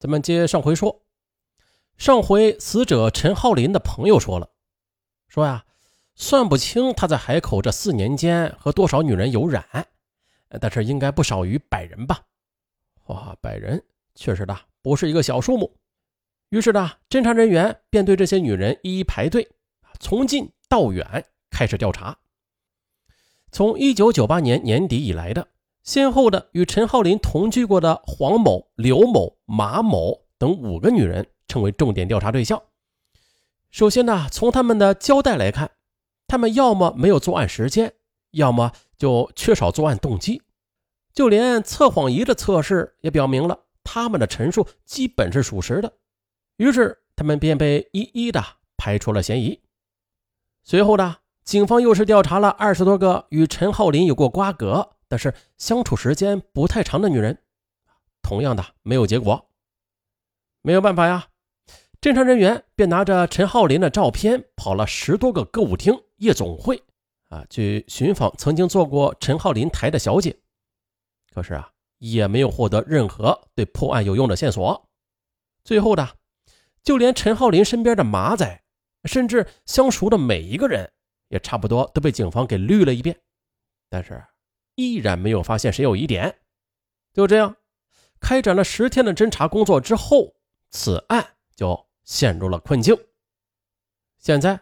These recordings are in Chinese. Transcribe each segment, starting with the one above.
咱们接上回说，上回死者陈浩林的朋友说呀，算不清他在海口这4年间和多少女人有染，但是应该不少于100人吧。哇，100人确实的不是一个小数目。于是呢，侦查人员便对这些女人一一排队，从近到远开始调查。从1998年年底以来的先后的与陈浩林同居过的黄某、刘某、马某等5个女人成为重点调查对象。首先呢，从他们的交代来看，他们要么没有作案时间，要么就缺少作案动机。就连测谎仪的测试也表明了他们的陈述基本是属实的。于是他们便被一一的排除了嫌疑。随后呢，警方又是调查了20多个与陈浩林有过瓜葛但是相处时间不太长的女人，同样的没有结果。没有办法呀，侦查人员便拿着陈浩林的照片跑了10多个歌舞厅、夜总会去寻访曾经做过陈浩林台的小姐。可是也没有获得任何对破案有用的线索。最后的，就连陈浩林身边的马仔，甚至相熟的每一个人，也差不多都被警方给捋了一遍，但是依然没有发现谁有疑点。就这样，开展了10天的侦查工作之后，此案就陷入了困境。现在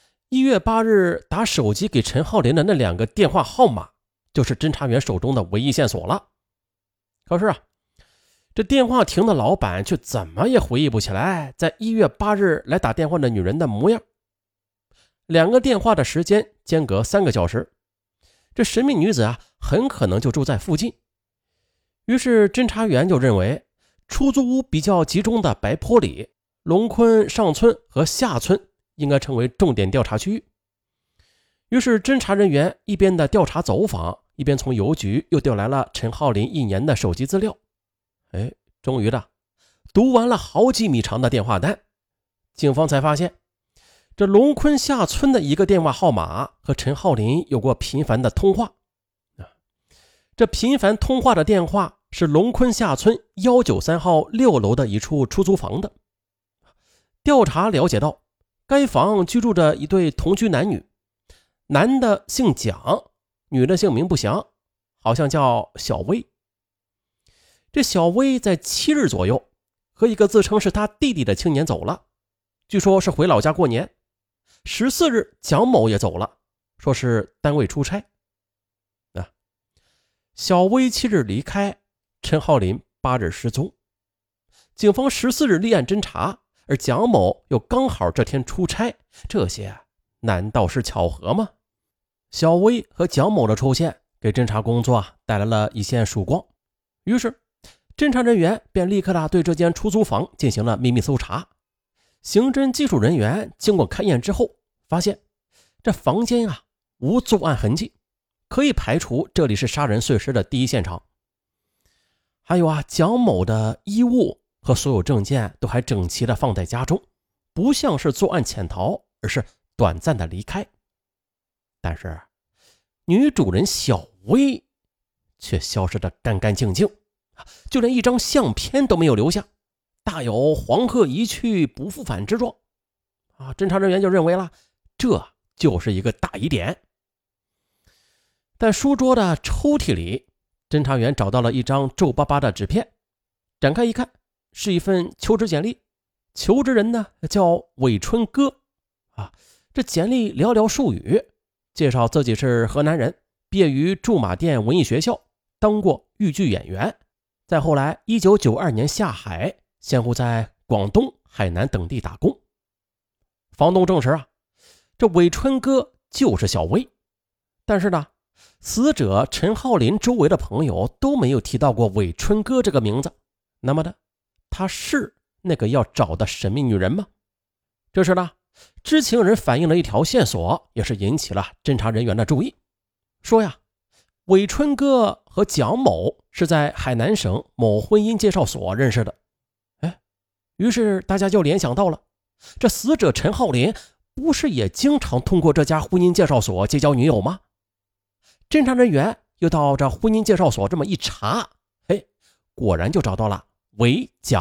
1月8日打手机给陈浩林的那2个电话号码，就是侦查员手中的唯一线索了。可是这电话亭的老板却怎么也回忆不起来在1月8日来打电话的女人的模样。2个电话的时间间隔3个小时，这神秘女子很可能就住在附近。于是侦查员就认为，出租屋比较集中的白坡里、龙坤上村和下村应该成为重点调查区域。于是侦查人员一边的调查走访，一边从邮局又调来了陈浩林1年的手机资料。终于的读完了好几米长的电话单，警方才发现这龙坤下村的一个电话号码和陈浩林有过频繁的通话。这频繁通话的电话是龙坤下村193号6楼的一处出租房的。调查了解到，该房居住着一对同居男女，男的姓蒋，女的姓名不详，好像叫小薇。这小薇在7日左右和一个自称是他弟弟的青年走了，据说是回老家过年。14日蒋某也走了，说是单位出差。小薇7日离开，陈浩林8日失踪。警方14日立案侦查，而蒋某又刚好这天出差，这些难道是巧合吗？小薇和蒋某的出现给侦查工作带来了一线曙光。于是侦查人员便立刻对这间出租房进行了秘密搜查。刑侦技术人员经过勘验之后，发现这房间无作案痕迹，可以排除这里是杀人碎尸的第一现场。还有蒋某的衣物和所有证件都还整齐的放在家中，不像是作案潜逃，而是短暂的离开。但是女主人小薇却消失得干干净净，就连一张相片都没有留下，大有黄鹤一去不复返之状。侦查人员就认为了，这就是一个大疑点。在书桌的抽屉里，侦查员找到了一张皱巴巴的纸片，展开一看，是一份求职简历。求职人呢叫韦春歌这简历寥寥数语，介绍自己是河南人，毕业于驻马店文艺学校，当过豫剧演员，再后来1992年下海，先后在广东、海南等地打工。房东证实这韦春歌就是小薇。但是呢，死者陈浩林周围的朋友都没有提到过韦春歌这个名字。那么呢，她是那个要找的神秘女人吗？这时呢，知情人反映了一条线索，也是引起了侦查人员的注意。说韦春歌和蒋某是在海南省某婚姻介绍所认识的。于是大家就联想到了，这死者陈浩林不是也经常通过这家婚姻介绍所结交女友吗？侦查人员又到这婚姻介绍所这么一查，果然就找到了韦蒋陈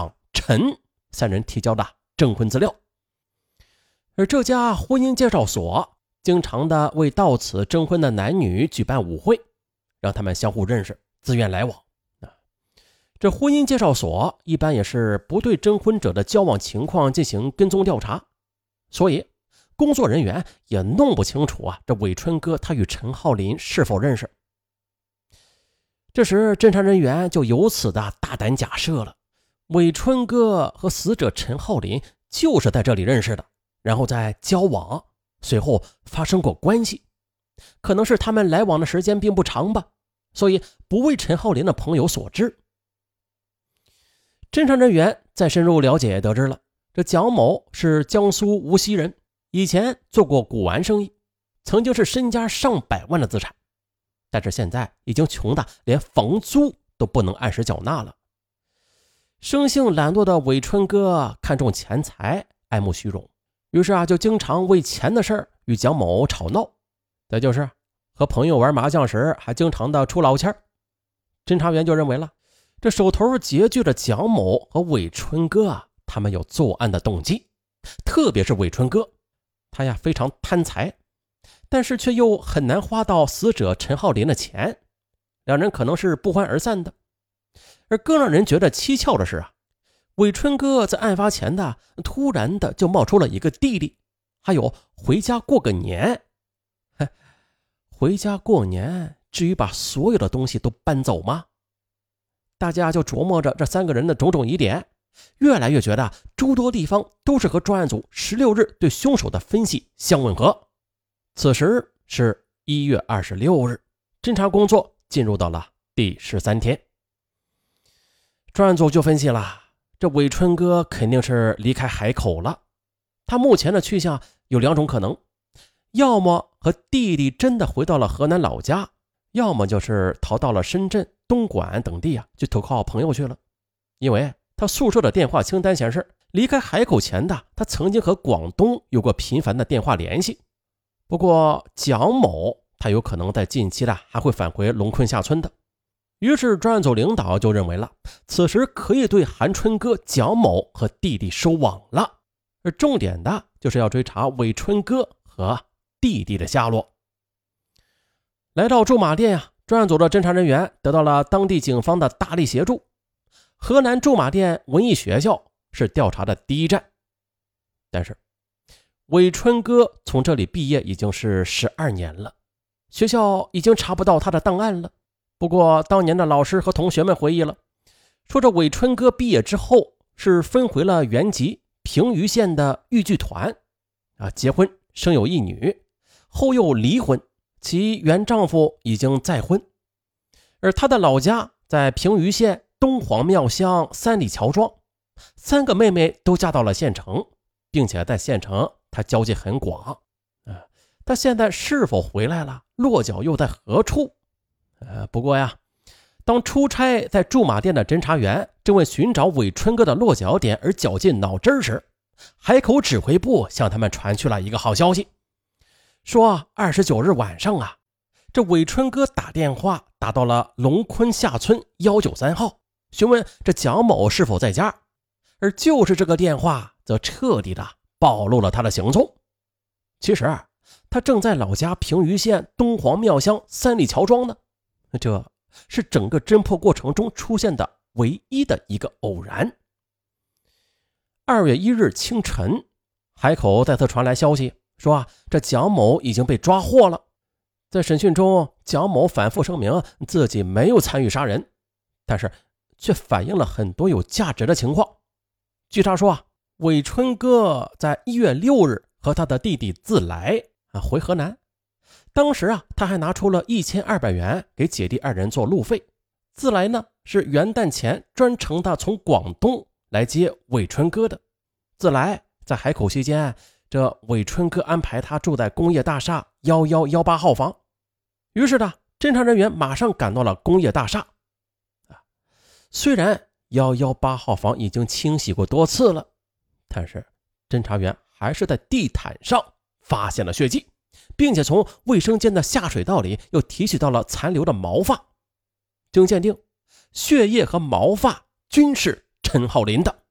陈三人提交的征婚资料。而这家婚姻介绍所经常的为到此征婚的男女举办舞会，让他们相互认识，自愿来往。这婚姻介绍所一般也是不对征婚者的交往情况进行跟踪调查，所以工作人员也弄不清楚这韦春哥他与陈浩林是否认识。这时侦查人员就由此的大胆假设了，韦春哥和死者陈浩林就是在这里认识的，然后再交往，随后发生过关系。可能是他们来往的时间并不长吧，所以不为陈浩林的朋友所知。侦查人员再深入了解得知了，这蒋某是江苏无锡人，以前做过古玩生意，曾经是身家上百万的资产，但是现在已经穷的连房租都不能按时缴纳了。生性懒惰的韦春哥看重钱财，爱慕虚荣，于是就经常为钱的事儿与蒋某吵闹，再就是和朋友玩麻将时还经常的出老千。侦查员就认为了，这手头拮据的蒋某和韦春哥他们有作案的动机，特别是韦春哥，他非常贪财，但是却又很难花到死者陈浩林的钱，两人可能是不欢而散的。而更让人觉得蹊跷的是韦春哥在案发前突然的就冒出了一个弟弟，还有回家过个年。回家过年至于把所有的东西都搬走吗？大家就琢磨着这三个人的种种疑点，越来越觉得诸多地方都是和专案组16日对凶手的分析相吻合。此时是1月26日，侦查工作进入到了第13天。专案组就分析了，这韦春哥肯定是离开海口了，他目前的去向有2种可能，要么和弟弟真的回到了河南老家，要么就是逃到了深圳、东莞等地去投靠朋友去了。因为他宿舍的电话清单显示，离开海口前他曾经和广东有过频繁的电话联系。不过蒋某他有可能在近期还会返回龙坤下村的。于是专案组领导就认为了，此时可以对韩春哥、蒋某和弟弟收网了，而重点的就是要追查韦春哥和弟弟的下落。来到驻马店专案组的侦查人员得到了当地警方的大力协助。河南驻马店文艺学校是调查的第一站，但是韦春哥从这里毕业已经是12年了，学校已经查不到他的档案了。不过当年的老师和同学们回忆了，说这韦春哥毕业之后是分回了原籍平舆县的豫剧团结婚生有1女，后又离婚，其原丈夫已经再婚。而他的老家在平舆县东黄庙乡三里桥庄，3个妹妹都嫁到了县城，并且在县城他交际很广。他现在是否回来了，落脚又在何处？不过当出差在驻马店的侦查员正为寻找韦春哥的落脚点而绞尽脑汁时，海口指挥部向他们传去了一个好消息，说29日晚上这韦春哥打电话打到了龙坤下村193号，询问这蒋某是否在家，而就是这个电话则彻底的暴露了他的行踪。其实他正在老家平舆县东黄庙乡三里桥庄呢，这是整个侦破过程中出现的唯一的一个偶然。2月1日清晨，海口再次传来消息，说这蒋某已经被抓获了。在审讯中，蒋某反复声明自己没有参与杀人，但是却反映了很多有价值的情况。据他说韦春哥在1月6日和他的弟弟自来回河南，当时他还拿出了1200元给姐弟2人做路费。自来呢是元旦前专程的从广东来接韦春哥的。自来在海口期间，这韦春哥安排他住在工业大厦1118号房。于是侦查人员马上赶到了工业大厦。虽然118号房已经清洗过多次了，但是侦查员还是在地毯上发现了血迹，并且从卫生间的下水道里又提取到了残留的毛发。经鉴定，血液和毛发均是陈浩林的。